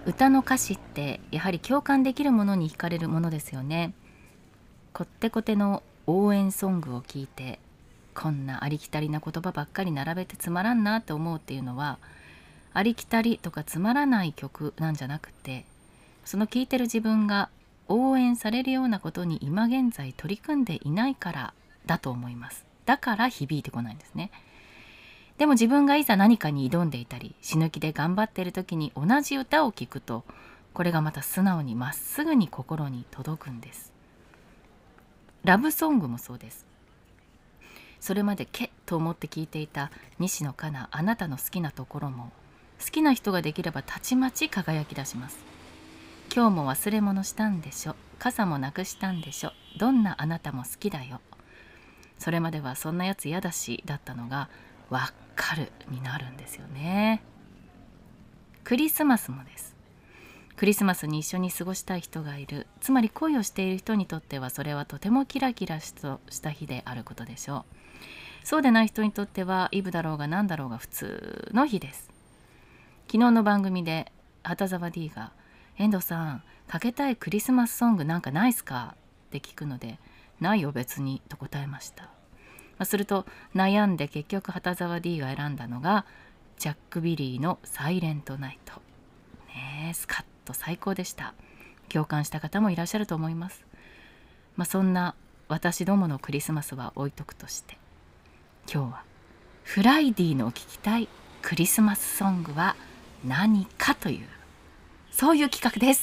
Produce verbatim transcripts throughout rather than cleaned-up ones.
歌の歌詞ってやはり共感できるものに惹かれるものですよね。こってこての応援ソングを聞いて、こんなありきたりな言葉ばっかり並べてつまらんなって思うっていうのは、ありきたりとかつまらない曲なんじゃなくて、その聴いてる自分が応援されるようなことに今現在取り組んでいないからだと思います。だから響いてこないんですね。でも自分がいざ何かに挑んでいたり死ぬ気で頑張っている時に同じ歌を聴くと、これがまた素直にまっすぐに心に届くんです。ラブソングもそうです。それまでけと思って聴いていた西野カナ、あなたの好きなところも、好きな人ができればたちまち輝き出します。今日も忘れ物したんでしょ、傘もなくしたんでしょ、どんなあなたも好きだよ。それまではそんなやつ嫌だしだったのが、わかるになるんですよね。クリスマスもです。クリスマスに一緒に過ごしたい人がいる、つまり恋をしている人にとってはそれはとてもキラキラした日であることでしょう。そうでない人にとってはイブだろうが何だろうが普通の日です。昨日の番組で畑沢 D が遠藤さんかけたいクリスマスソングなんかないっすかって聞くので、ないよ別にと答えました。すると悩んで結局畑沢 D が選んだのがジャック・ビリーのサイレントナイト。ねえ、スカッと最高でした。共感した方もいらっしゃると思います。まあ、そんな私どものクリスマスは置いとくとして、今日はフライデーの聴きたいクリスマスソングは何かという、そういう企画です。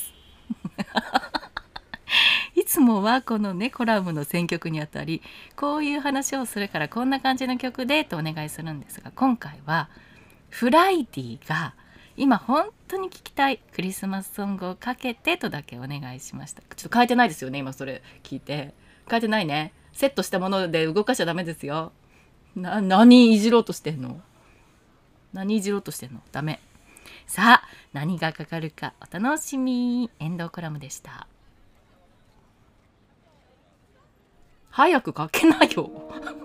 いつもはこのねコラムの選曲にあたり、こういう話をするからこんな感じの曲でとお願いするんですが、今回はフライデーが今本当に聴きたいクリスマスソングをかけてとだけお願いしました。ちょっと変えてないですよね、今それ聞いて。変えてないね。セットしたもので動かしちゃダメですよ。な何いじろうとしてんの何いじろうとしてんのダメ。さあ何がかかるかお楽しみ。エンドコラムでした。早く書けないよ